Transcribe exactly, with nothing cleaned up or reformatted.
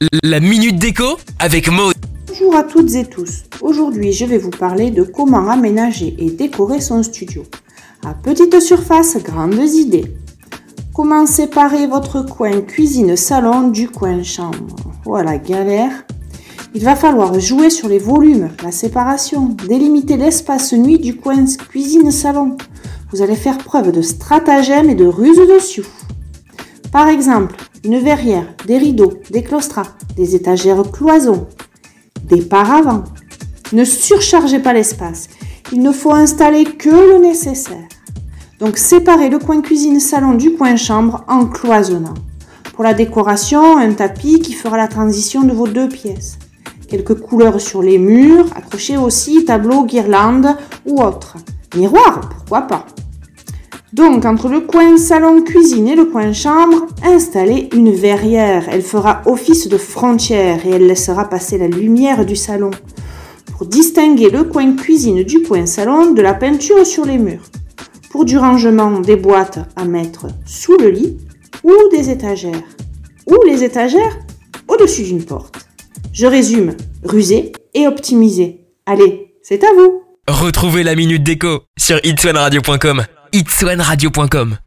La Minute Déco avec Maud. Bonjour à toutes et tous. Aujourd'hui, je vais vous parler de comment aménager et décorer son studio. À petite surface, grandes idées. Comment séparer votre coin cuisine-salon du coin chambre? Voilà, galère. Il va falloir jouer sur les volumes, la séparation, délimiter l'espace nuit du coin cuisine-salon. Vous allez faire preuve de stratagème et de ruse dessus. Par exemple, une verrière, des rideaux, des claustras, des étagères cloisons, des paravents. Ne surchargez pas l'espace. Il ne faut installer que le nécessaire. Donc séparez le coin cuisine-salon du coin chambre en cloisonnant. Pour la décoration, un tapis qui fera la transition de vos deux pièces. Quelques couleurs sur les murs, accrochez aussi tableaux, guirlandes ou autres. Miroir, pourquoi pas. Donc, entre le coin salon-cuisine et le coin chambre, installez une verrière. Elle fera office de frontière et elle laissera passer la lumière du salon pour distinguer le coin cuisine du coin salon de la peinture sur les murs. Pour du rangement, des boîtes à mettre sous le lit ou des étagères. Ou les étagères au-dessus d'une porte. Je résume, ruser et optimiser. Allez, c'est à vous. Retrouvez la Minute Déco sur its one radio point com. its one radio point com